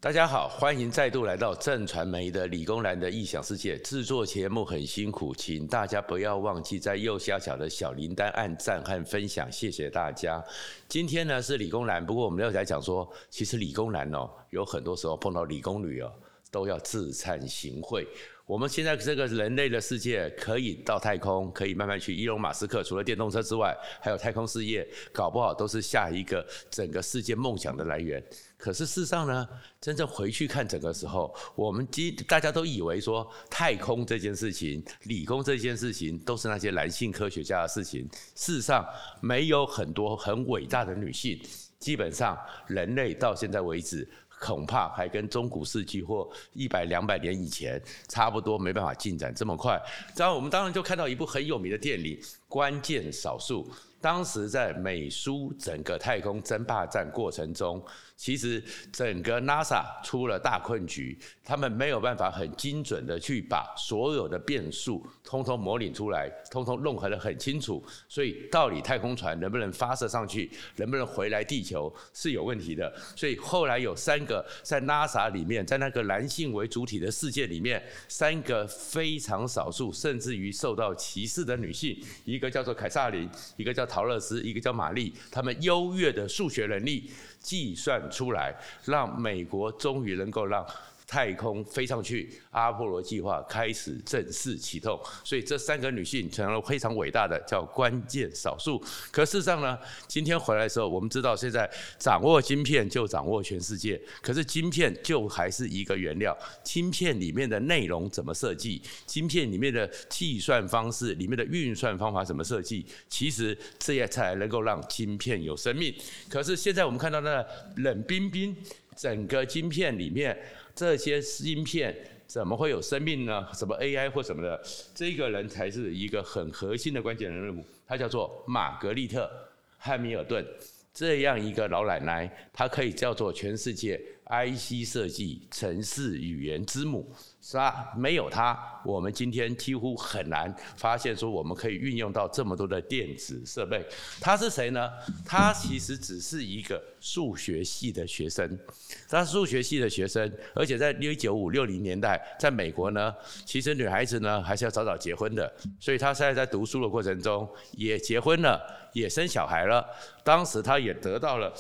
大家好，欢迎再度来到正传媒的理工男的异想世界。制作节目很辛苦，请大家不要忘记在右下角的小铃铛按赞和分享，谢谢大家。今天呢是理工男，不过我们要来讲说，其实理工男有很多时候碰到理工女都要自惭形秽。我们现在这个人类的世界可以到太空，可以慢慢去。伊隆马斯克除了电动车之外，还有太空事业，搞不好都是下一个整个世界梦想的来源。可是事实上呢，真正回去看整个时候，我们大家都以为说太空这件事情、理工这件事情都是那些男性科学家的事情。事实上，没有很多很伟大的女性。基本上，人类到现在为止，恐怕还跟中古世纪或100、200年以前差不多，没办法进展这么快。我们当然就看到一部很有名的电影《关键少数》。当时在美苏整个太空争霸战过程中，其实整个 NASA 出了大困局，他们没有办法很精准的去把所有的变数通通模拟出来，通通弄得很清楚，所以到底太空船能不能发射上去，能不能回来地球是有问题的。所以后来有3个在 NASA 里面，在那个男性为主体的世界里面，3个非常少数甚至于受到歧视的女性，一个叫做凯撒琳，一个叫陶乐斯，一个叫玛丽，他们优越的数学能力计算出来，让美国终于能够让太空飞上去，阿波罗计划开始正式启动。所以这3个女性成了非常伟大的，叫关键少数。可事实上呢，今天回来的时候，我们知道现在掌握晶片就掌握全世界，可是晶片就还是一个原料，晶片里面的内容怎么设计，晶片里面的计算方式里面的运算方法怎么设计，其实这也才能够让晶片有生命。可是现在我们看到那冷冰冰整个晶片里面，这些晶片怎么会有生命呢？什么 AI 或什么的，这个人才是一个很核心的关键人物，他叫做玛格丽特·汉密尔顿。这样一个老奶奶，她可以叫做全世界 IC 设计、程式语言之母。没有她，我们今天几乎很难发现说我们可以运用到这么多的电子设备。她是谁呢？她其实只是一个数学系的学生。她是数学系的学生，而且在1950、60年代，在美国呢，其实女孩子呢还是要早早结婚的，所以她现在在读书的过程中也结婚了，也生小孩了。当时她也得到了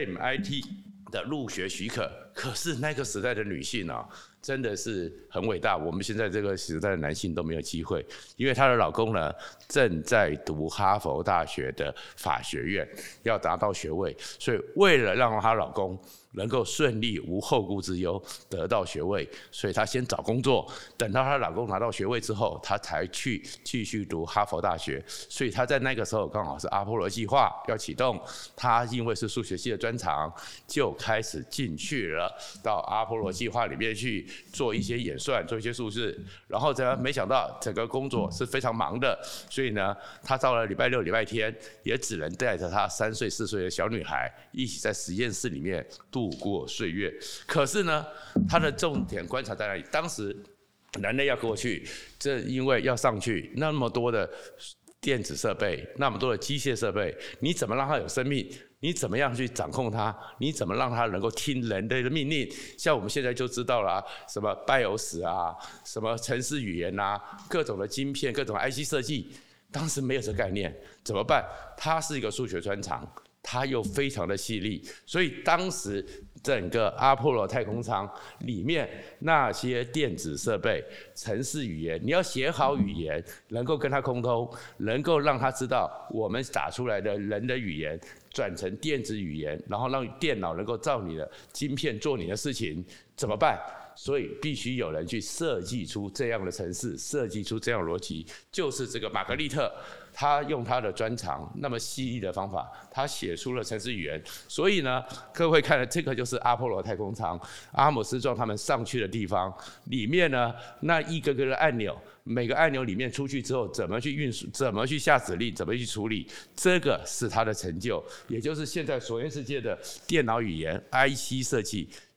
MIT 的入学许可。可是那个时代的女性真的是很伟大，我们现在这个时代的男性都没有机会，因为她的老公呢正在读哈佛大学的法学院，要拿到学位，所以为了让她老公能够顺利无后顾之忧得到学位，所以她先找工作，等到她老公拿到学位之后，她才去继续读哈佛大学。所以她在那个时候刚好是阿波罗计划要启动，她因为是数学系的专长，就开始进去了，到阿波罗计划里面去做一些演算，做一些数字。然后呢，没想到整个工作是非常忙的，所以呢，她到了礼拜六、礼拜天，也只能带着她3岁、4岁的小女孩一起在实验室里面度过岁月。可是呢，他的重点观察在哪里？当时人类要过去，这因为要上去那么多的电子设备，那么多的机械设备，你怎么让它有生命？你怎么样去掌控它？你怎么让它能够听人类的命令？像我们现在就知道了什么 BIOS 什么程式语言各种的晶片，各种的 IC 设计，当时没有这个概念，怎么办？他是一个数学专长，他又非常的犀利，所以当时整个阿波罗太空舱里面那些电子设备、程式语言，你要写好语言，能够跟它沟通，能够让他知道我们打出来的人的语言转成电子语言，然后让电脑能够照你的晶片做你的事情，怎么办？所以必须有人去设计出这样的程式，设计出这样的逻辑，就是这个玛格丽特，他用他的专长那么犀利的方法，他写出了程式语言。所以呢，各位看了这个就是阿波罗太空舱，阿姆斯壮他们上去的地方，里面呢那一个个的按钮，每个按钮里面出去之后怎么去运输，怎么去下指令，怎么去处理，这个是他的成就，也就是现在所有世界的电脑语言 IC 设计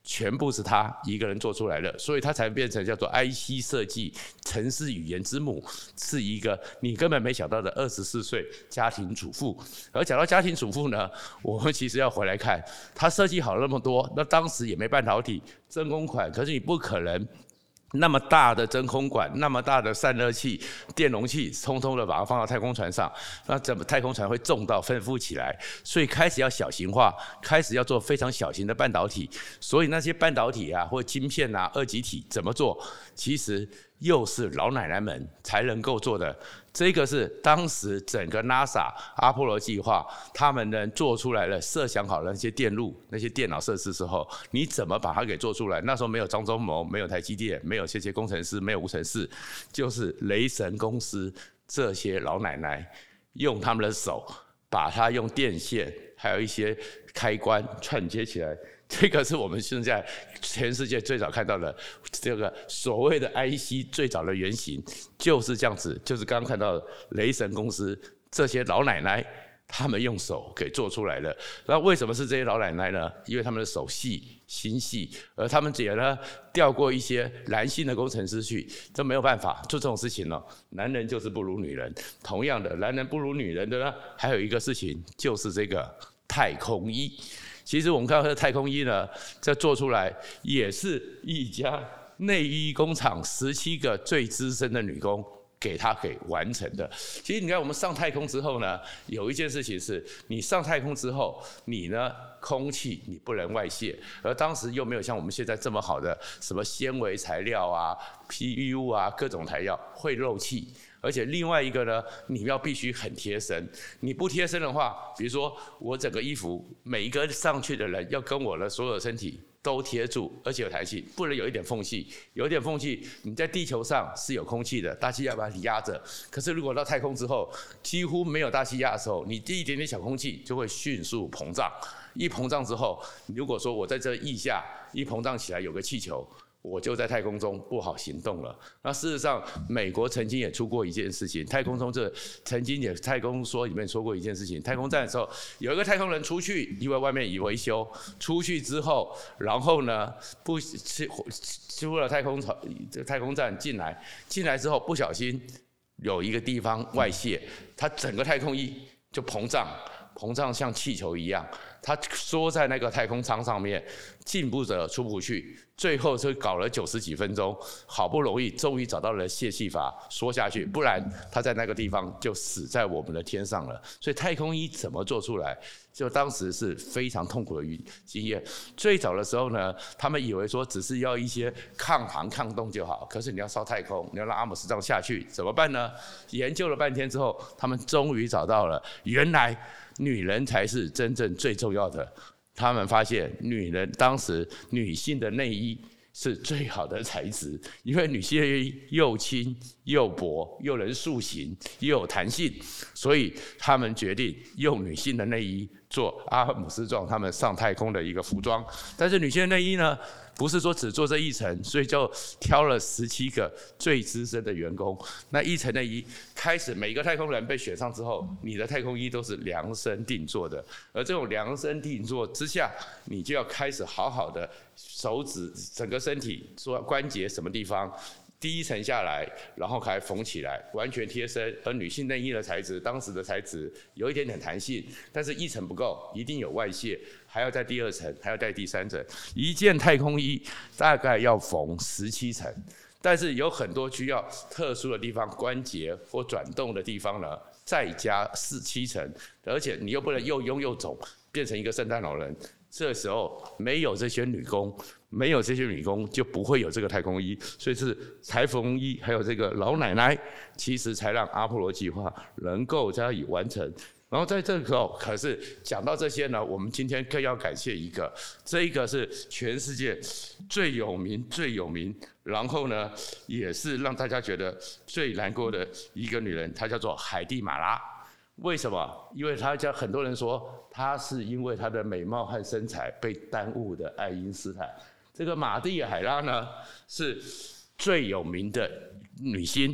全部是他一个人做出来的，所以他才变成叫做 IC 设计程式语言之母，是一个你根本没想到的24岁家庭主妇。而讲到家庭主妇呢，我们其实要回来看，他设计好了那么多，那当时也没半导体真空管，可是你不可能那么大的真空管，那么大的散热器、电容器，通通的把它放到太空船上，那整个太空船会重到分布起来，所以开始要小型化，开始要做非常小型的半导体。所以那些半导体啊，或晶片啊、二极体怎么做，其实又是老奶奶们才能够做的。这个是当时整个 NASA 阿波罗计划，他们能做出来了，设想好了那些电路、那些电脑设施之后，你怎么把它给做出来？那时候没有张忠谋，没有台积电，没有这些工程师，没有无尘室，就是雷神公司这些老奶奶用他们的手，把它用电线还有一些开关串接起来。这个是我们现在全世界最早看到的这个所谓的 IC 最早的原型，就是这样子，就是刚刚看到的雷神公司这些老奶奶他们用手给做出来的。那为什么是这些老奶奶呢？因为他们的手细心细，而他们也呢调过一些男性的工程师去，这没有办法做这种事情了。男人就是不如女人，同样的，男人不如女人的呢，还有一个事情就是这个太空衣。其实我们看到这太空衣呢，这做出来也是一家内衣工厂17个最资深的女工给完成的。其实你看，我们上太空之后呢，有一件事情是，你上太空之后，你呢空气你不能外泄，而当时又没有像我们现在这么好的什么纤维材料啊、PU 啊各种材料会漏气。而且另外一个呢，你必须很贴身，你不贴身的话，比如说我整个衣服每一个上去的人要跟我的所有身体都贴住，而且有弹性，不能有一点缝隙。有一点缝隙，你在地球上是有空气的，大气压把你压着。可是如果到太空之后，几乎没有大气压的时候，你第一点点小空气就会迅速膨胀。一膨胀之后，如果说我在这腋下一膨胀起来有个气球，我就在太空中不好行动了。那事实上，美国曾经也出过一件事情，太空中曾经也太空说里面说过一件事情，太空站的时候有一个太空人出去，因为外面已维修，出去之后，然后呢出了太空站进来之后不小心有一个地方外泄，它整个太空衣就膨胀像气球一样，它缩在那个太空舱上面，进不得出不去，最后就搞了90几分钟，好不容易终于找到了泄气阀缩下去，不然它在那个地方就死在我们的天上了。所以太空衣怎么做出来，就当时是非常痛苦的经验。最早的时候呢，他们以为说只是要一些抗寒抗冻就好，可是你要上太空，你要让阿姆斯壮下去怎么办呢？研究了半天之后，他们终于找到了，原来女人才是真正最重要的。他们发现当时女性的内衣是最好的材质，因为女性的内衣又轻又薄，又能塑形，又有弹性，所以他们决定用女性的内衣做阿姆斯壮他们上太空的一个服装。但是女性的内衣呢，不是说只做这一层，所以就挑了17个最资深的员工。那一层内衣开始，每个太空人被选上之后，你的太空衣都是量身定做的。而这种量身定做之下，你就要开始好好的手指整个身体说关节什么地方。第一层下来，然后开始缝起来，完全贴身。而女性内衣的材质，当时的材质有一点点弹性，但是一层不够，一定有外泄，还要在第2层，还要在第3层。一件太空衣大概要缝17层，但是有很多需要特殊的地方，关节或转动的地方呢，再加7层，而且你又不能又臃又肿，变成一个圣诞老人。这时候没有这些女工就不会有这个太空衣，所以是裁缝衣还有这个老奶奶，其实才让阿波罗计划能够加以完成。然后在这个时候，可是讲到这些呢，我们今天更要感谢这一个是全世界最有名，然后呢也是让大家觉得最难过的一个女人，她叫做海蒂马拉。为什么？因为很多人说她是因为她的美貌和身材被耽误的爱因斯坦。这个马蒂海拉呢是最有名的女星，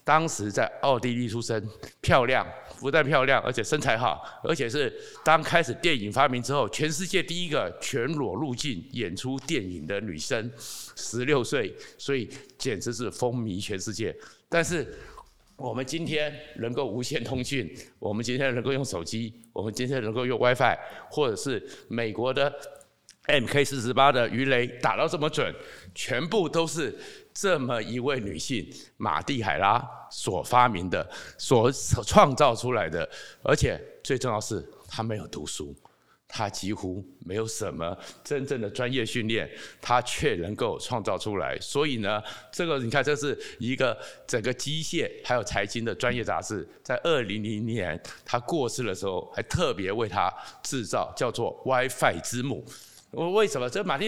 当时在奥地利出生，漂亮，不但漂亮，而且身材好，而且是当开始电影发明之后，全世界第一个全裸入境演出电影的女生，16岁，所以简直是风靡全世界。但是我们今天能够无线通讯，我们今天能够用手机，我们今天能够用 WiFi， 或者是美国的 MK48 的鱼雷打到这么准，全部都是这么一位女性马蒂海拉所发明的、所创造出来的，而且最重要是她没有读书。他几乎没有什么真正的专业训练，他却能够创造出来。所以呢，这个你看，这是一个整个机械还有财经的专业杂志，在2000年他过世的时候，还特别为他制造叫做 WiFi 之母。为什么？这马蒂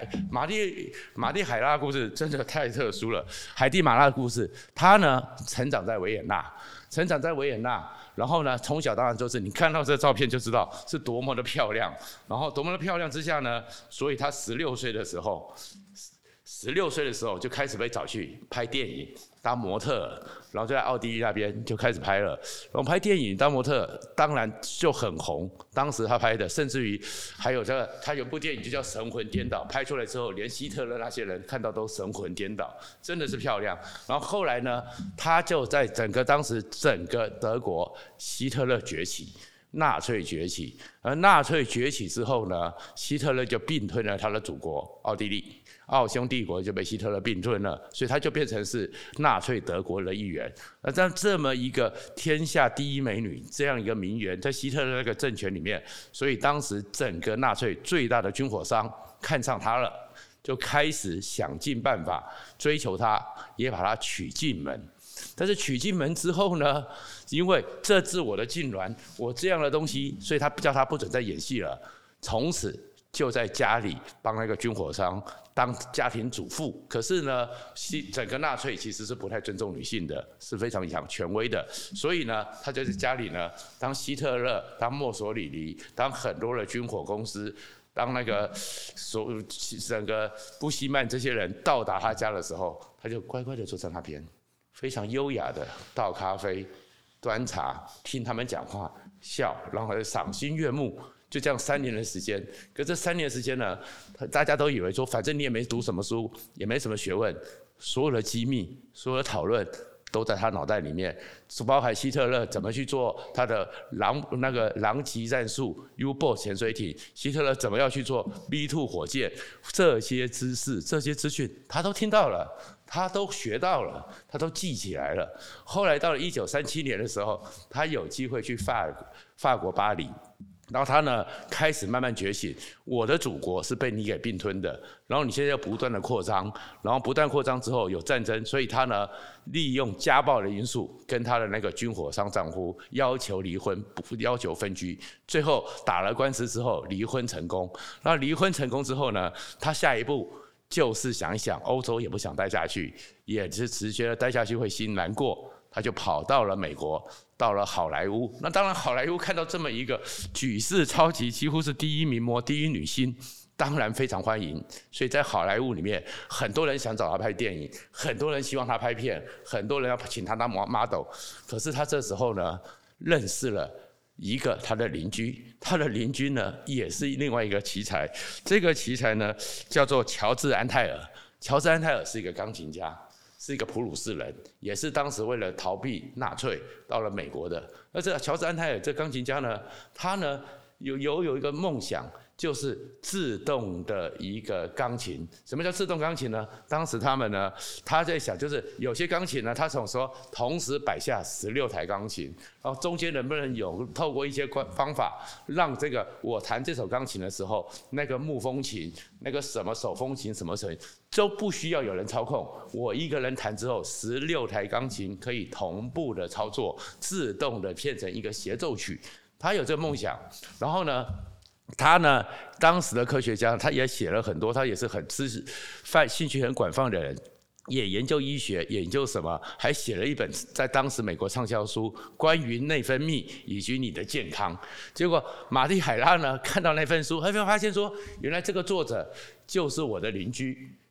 海拉的故事真的太特殊了。海蒂马拉的故事，他呢成长在维也纳，然后呢，从小当然就是你看到这照片就知道是多么的漂亮，然后多么的漂亮之下呢，所以他16岁的时候就开始被找去拍电影当模特，然后就在奥地利那边就开始拍了，然后拍电影当模特，当然就很红。当时他拍的，甚至于还有他有部电影就叫《神魂颠倒》，拍出来之后，连希特勒那些人看到都神魂颠倒，真的是漂亮。然后后来呢，他就在当时整个德国，希特勒崛起。纳粹崛起，而纳粹崛起之后呢，希特勒就并吞了他的祖国奥地利，奥匈帝国就被希特勒并吞了，所以他就变成是纳粹德国的一员。而在这么一个天下第一美女这样一个名媛，在希特勒那个政权里面，所以当时整个纳粹最大的军火商看上她了，就开始想尽办法追求她，也把她娶进门。但是娶进门之后呢，因为这自我的痉挛，我这样的东西，所以他叫他不准再演戏了。从此就在家里帮那个军火商当家庭主妇。可是呢，整个纳粹其实是不太尊重女性的，是非常讲权威的。所以呢，他就在家里呢当希特勒、当墨索里尼、当很多的军火公司。当那个整个布希曼这些人到达他家的时候，他就乖乖的坐在那边。非常优雅的倒咖啡、端茶，听他们讲话、笑，然后赏心悦目。就这样3年的时间，可这3年的时间呢，大家都以为说，反正你也没读什么书，也没什么学问，所有的机密、所有的讨论都在他脑袋里面，包含希特勒怎么去做他的狼级战术 U-boat 潜水艇，希特勒怎么样去做 B-2 火箭，这些知识、这些资讯，他都听到了。他都学到了，他都记起来了。后来到了1937年的时候，他有机会去法国巴黎，然后他呢开始慢慢觉醒。我的祖国是被你给并吞的，然后你现在要不断的扩张，然后不断扩张之后有战争，所以他呢利用家暴的因素跟他的那个军火商丈夫要求离婚，要求分居。最后打了官司之后离婚成功。然后离婚成功之后呢，他下一步。就是想一想，欧洲也不想待下去，也是只觉得待下去会心难过，他就跑到了美国，到了好莱坞。那当然，好莱坞看到这么一个举世超级，几乎是第一名模、第一女星，当然非常欢迎。所以在好莱坞里面，很多人想找他拍电影，很多人希望他拍片，很多人要请他当 model。可是他这时候呢，认识了。一个他的邻居，他的邻居呢也是另外一个奇才，这个奇才呢叫做乔治安泰尔。乔治安泰尔是一个钢琴家，是一个普鲁士人，也是当时为了逃避纳粹到了美国的。而这乔治安泰尔这钢琴家呢，他呢有一个梦想。就是自动的一个钢琴。什么叫自动钢琴呢？当时他在想，就是有些钢琴呢，他想说同时摆下16台钢琴，然后中间能不能有透过一些方法，让这个我弹这首钢琴的时候，那个木风琴、那个什么手风琴什么琴都不需要有人操控，我一个人弹之后，16台钢琴可以同步的操作，自动的变成一个协奏曲。他有这个梦想，然后呢？他呢，当时的科学家，他也写了很多，他也是很兴趣很广泛的人，也研究医学，研究什么，还写了一本在当时美国畅销书，关于内分泌以及你的健康。结果马蒂海拉呢，看到那份书，他就发现说，原来这个作者就是我的邻居。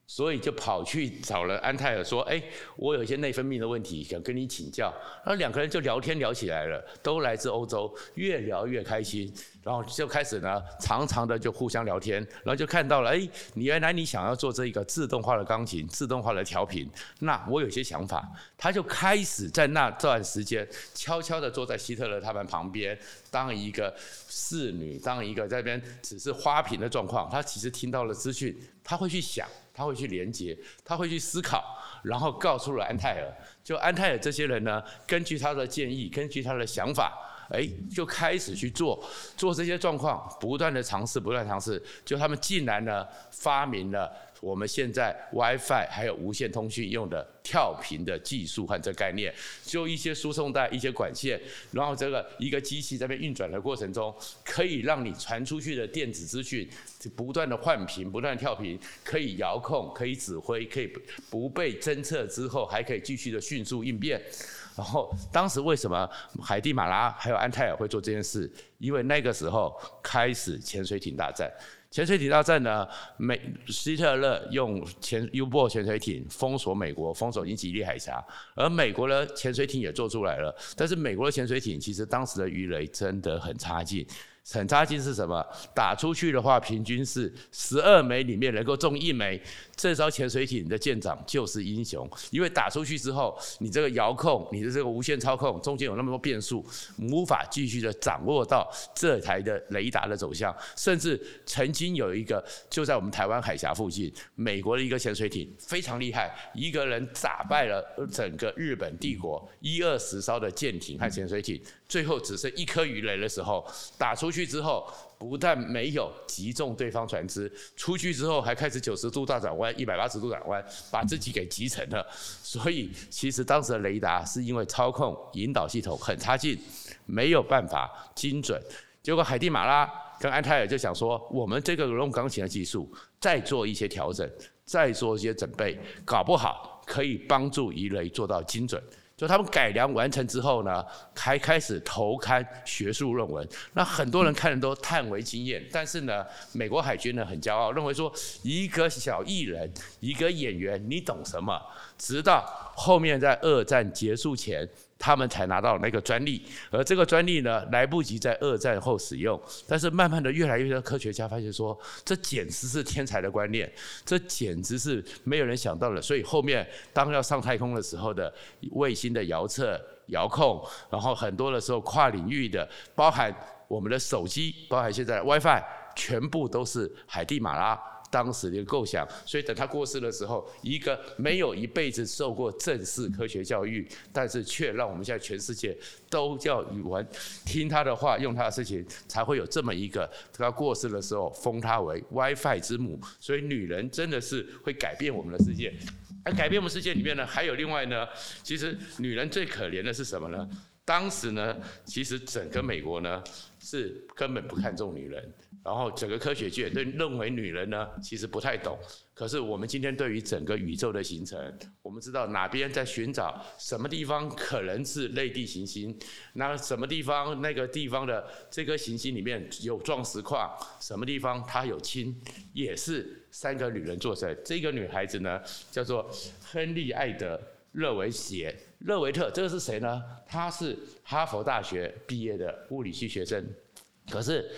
所以就跑去找了安泰尔说：“我有一些内分泌的问题，想跟你请教。”然后2个人就聊天聊起来了，都来自欧洲，越聊越开心。然后就开始呢，常常的就互相聊天，然后就看到了，原来你想要做这一个自动化的钢琴、自动化的调频，那我有些想法。他就开始在那段时间悄悄的坐在希特勒他们旁边，当一个侍女，当一个在那边只是花瓶的状况。他其实听到了资讯，他会去想，他会去连接，他会去思考，然后告诉了安泰尔。就安泰尔这些人呢，根据他的建议，根据他的想法。就开始去做这些状况，不断的尝试，就他们竟然呢发明了我们现在 WiFi 还有无线通讯用的跳频的技术和这概念，就一些输送带、一些管线，然后这个一个机器在那边运转的过程中，可以让你传出去的电子资讯不断的换频、不断的跳频，可以遥控、可以指挥、可以不被侦测之后，还可以继续的迅速应变。然后当时为什么海蒂马拉还有安泰尔会做这件事？因为那个时候开始潜水艇大战。潜水艇大战呢，希特勒用U-boat 潜水艇封锁美国，封锁英吉利海峡，而美国的潜水艇也做出来了。但是美国的潜水艇其实当时的鱼雷真的很差劲。很差劲是什么？打出去的话，平均是12枚里面能够中1枚。这艘潜水艇的舰长就是英雄，因为打出去之后，你这个遥控，你的这个无线操控，中间有那么多变数，无法继续的掌握到这台的雷达的走向。甚至曾经有一个，就在我们台湾海峡附近，美国的一个潜水艇非常厉害，一个人打败了整个日本帝国10-20艘的舰艇和潜水艇。最后只剩1颗鱼雷的时候，打出去之后，不但没有击中对方船只，出去之后还开始90度大转弯、180度转弯，把自己给击沉了。所以其实当时的雷达是因为操控引导系统很差劲，没有办法精准。结果海蒂马拉跟安泰尔就想说，我们这个用钢琴的技术再做一些调整，再做一些准备，搞不好可以帮助鱼雷做到精准。就他们改良完成之后呢，还开始投刊学术论文。那很多人看了都叹为惊艳。但是呢，美国海军呢很骄傲，认为说一个小艺人，一个演员，你懂什么？直到后面在2战结束前，他们才拿到那个专利，而这个专利呢，来不及在2战后使用。但是慢慢的，越来越多科学家发现说，这简直是天才的观念，这简直是没有人想到的。所以后面当要上太空的时候的卫星的遥测、遥控，然后很多的时候跨领域的，包含我们的手机，包含现在的 WiFi， 全部都是海蒂马拉当时的一个构想。所以等他过世的时候，一个没有一辈子受过正式科学教育，但是却让我们现在全世界都叫语文，听他的话，用他的事情，才会有这么一个。他过世的时候，封他为 WiFi 之母。所以女人真的是会改变我们的世界。而改变我们世界里面呢，还有另外呢，其实女人最可怜的是什么呢？当时呢，其实整个美国呢是根本不看重女人，然后整个科学界对认为女人呢其实不太懂。可是我们今天对于整个宇宙的形成，我们知道哪边在寻找什么地方可能是类地行星，那什么地方那个地方的这颗行星里面有钻石矿，什么地方它有氢，也是3个女人做成。这个女孩子呢叫做亨利艾德热维特，这个是谁呢？他是哈佛大学毕业的物理系学生，可是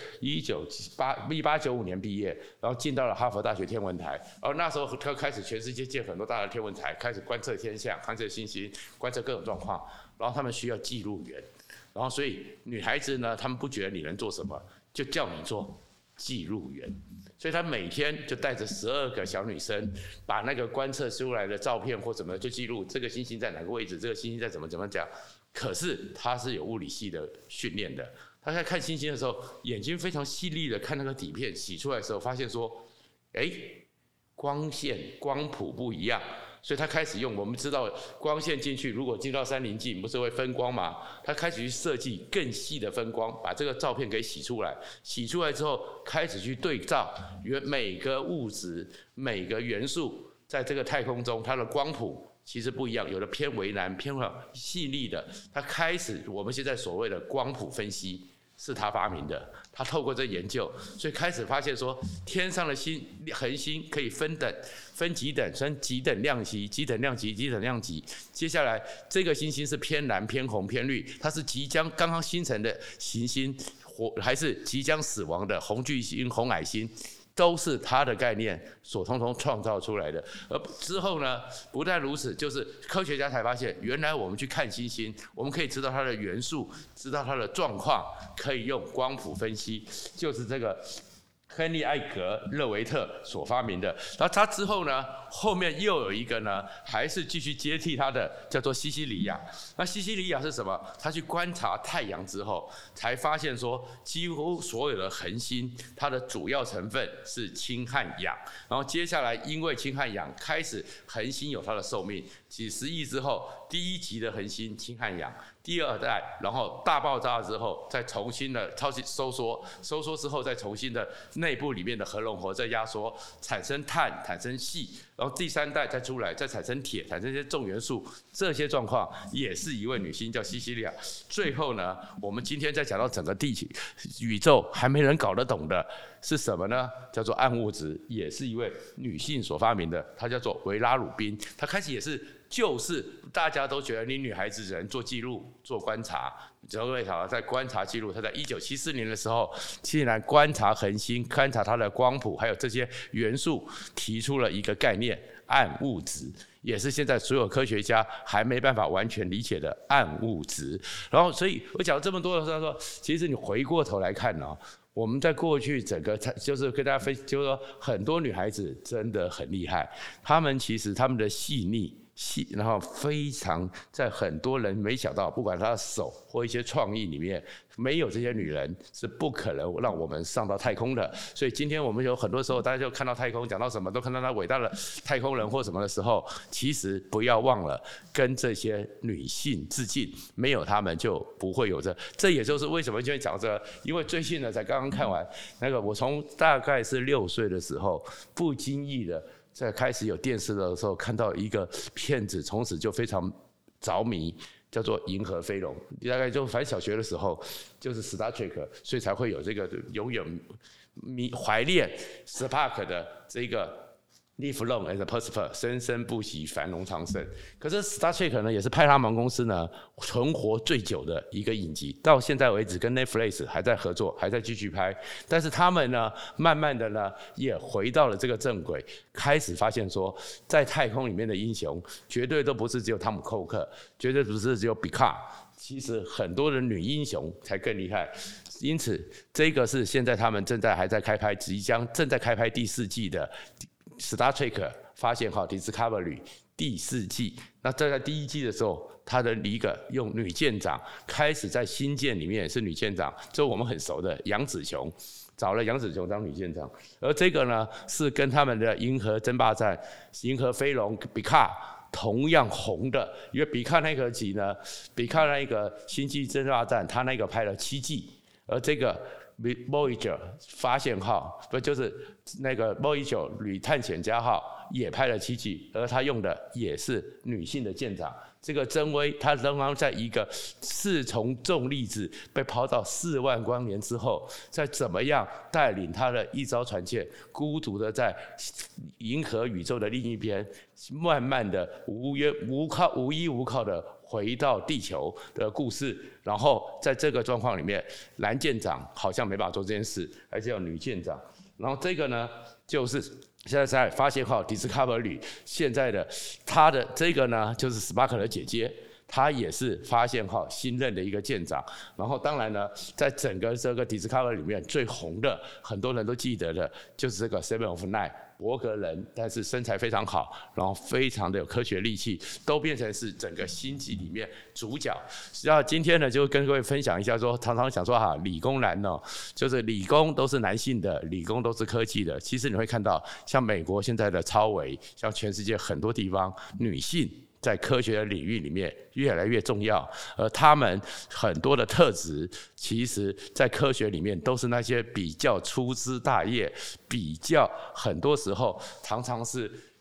1895年毕业，然后进到了哈佛大学天文台，然后那时候他开始全世界建很多大的天文台，开始观测天象、观测星星、观测各种状况，然后他们需要记录员，然后所以女孩子呢，她们不觉得你能做什么，就叫你做记录员。所以他每天就带着12个小女生，把那个观测出来的照片或怎么就记录这个星星在哪个位置，这个星星在怎么讲。可是他是有物理系的训练的，他在看星星的时候，眼睛非常细腻的看那个底片洗出来的时候，发现说，光线光谱不一样。所以他开始用，我们知道光线进去，如果进到山林镜，不是会分光吗？他开始去设计更细的分光，把这个照片给洗出来。洗出来之后，开始去对照每个物质、每个元素在这个太空中，它的光谱其实不一样，有的偏微南、偏细腻的。他开始我们现在所谓的光谱分析。 是他发明的。他透过这研究，所以开始发现说，天上的恒星可以分几等，分几等量级，几等量级，几等量级。接下来这个星星是偏蓝、偏红、偏绿，它是即将刚刚形成的行星，还是即将死亡的红巨星、红矮星？都是他的概念所统统创造出来的。而之后呢，不但如此，就是科学家才发现，原来我们去看星星，我们可以知道它的元素，知道它的状况，可以用光谱分析，就是这个亨利·艾格勒维特所发明的。然后他之后呢，后面又有一个呢，还是继续接替他的，叫做西西里亚。那西西里亚是什么？他去观察太阳之后，才发现说，几乎所有的恒星，它的主要成分是氢和氧。然后接下来，因为氢和氧开始，恒星有它的寿命，几十亿之后，第一级的恒星氢和氧。第二代，然后大爆炸之后，再重新的收缩之后，再重新的内部里面的核融合再压缩，产生碳，产生氦，然后第三代再出来，再产生铁，产生一些重元素，这些状况也是一位女星叫西西里亚。最后呢，我们今天在讲到整个宇宙还没人搞得懂的是什么呢？叫做暗物质，也是一位女性所发明的，她叫做维拉鲁宾。她开始也是。就是大家都觉得你女孩子只能做记录、做观察，哲瑞塔在观察记录。他在1974年的时候，竟然观察恒星、观察它的光谱，还有这些元素，提出了一个概念——暗物质，也是现在所有科学家还没办法完全理解的暗物质。然后，所以我讲了这么多的时候说，其实你回过头来看呢。我们在过去整个就是跟大家分析，就是说很多女孩子真的很厉害，她们其实她们的细腻。然后非常在很多人没想到，不管她的手或一些创意里面，没有这些女人是不可能让我们上到太空的。所以今天我们有很多时候，大家就看到太空，讲到什么都看到那伟大的太空人或什么的时候，其实不要忘了跟这些女性致敬，没有她们就不会有这。这也就是为什么今天讲这个，因为最近呢才刚刚看完那个，我从大概是6岁的时候，不经意的。在开始有电视的时候，看到一个片子，从此就非常着迷，叫做《银河飞龙》。大概就反正小学的时候，就是 Star Trek， 所以才会有这个永远怀念 Spark 的这个 Live long as a prosper， 生生不息，繁荣昌盛。可是 Star Trek 呢，也是派拉蒙公司呢存活最久的一个影集，到现在为止跟 Netflix 还在合作，还在继续拍。但是他们呢，慢慢的呢，也回到了这个正轨，开始发现说，在太空里面的英雄，绝对都不是只有汤姆·寇克，绝对不是只有比卡。其实很多的女英雄才更厉害，因此这个是现在他们还在开拍，正在开拍第4季的 Star Trek 发现号 Discovery 第4季。那在第1季的时候，他的一个用女舰长开始在新舰里面是女舰长，就我们很熟的杨紫琼。找了杨紫琼当女舰长，而这个呢是跟他们的银河争霸战、银河飞龙比卡同样红的，因为比卡那个集呢，比卡那个星际争霸战，他那个拍了7季，而这个 Voyager 发现号不就是那个 Voyager 旅探险家号也拍了7季，而他用的也是女性的舰长。这个真威，他仍然在一个4重重粒子被抛到4万光年之后，再怎么样带领他的一艘船舰，孤独的在银河宇宙的另一边，慢慢的无依无靠的回到地球的故事。然后在这个状况里面，男舰长好像没办法做这件事，而且有女舰长。然后这个呢，就是现在在发现号 Discovery 现在的他的这个呢，就是 Spark 的姐姐，她也是发现号新任的一个舰长。然后当然呢，在整个这个 Discovery 里面最红的，很多人都记得的，就是这个 Seven of Nine。伯格人，但是身材非常好，然后非常的有科学力气，都变成是整个星级里面主角。然后今天呢，就跟各位分享一下说，常常想说哈，理工男哦，就是理工都是男性的，理工都是科技的。其实你会看到，像美国现在的超微，像全世界很多地方，女性在科学的领域里面越来越重要，而他们很多的特质，其实在科学里面都是那些比较粗枝大叶，比较很多时候常常是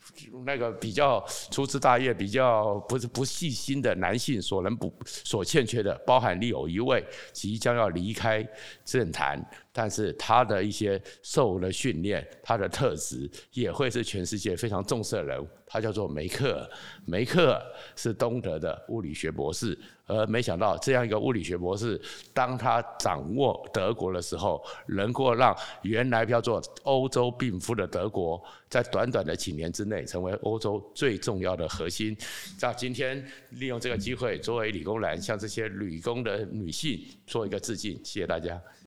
那个比较粗枝大叶、比较不细心的男性所欠缺的，包含有一位即将要离开政坛，但是他的一些受了训练，他的特质也会是全世界非常重视的人物。他叫做梅克尔，梅克尔是东德的物理学博士，而没想到这样一个物理学博士，当他掌握德国的时候，能够让原来叫做欧洲病夫的德国，在短短的几年之内，成为欧洲最重要的核心。那今天利用这个机会，作为理工男，向这些理工的女性做一个致敬，谢谢大家。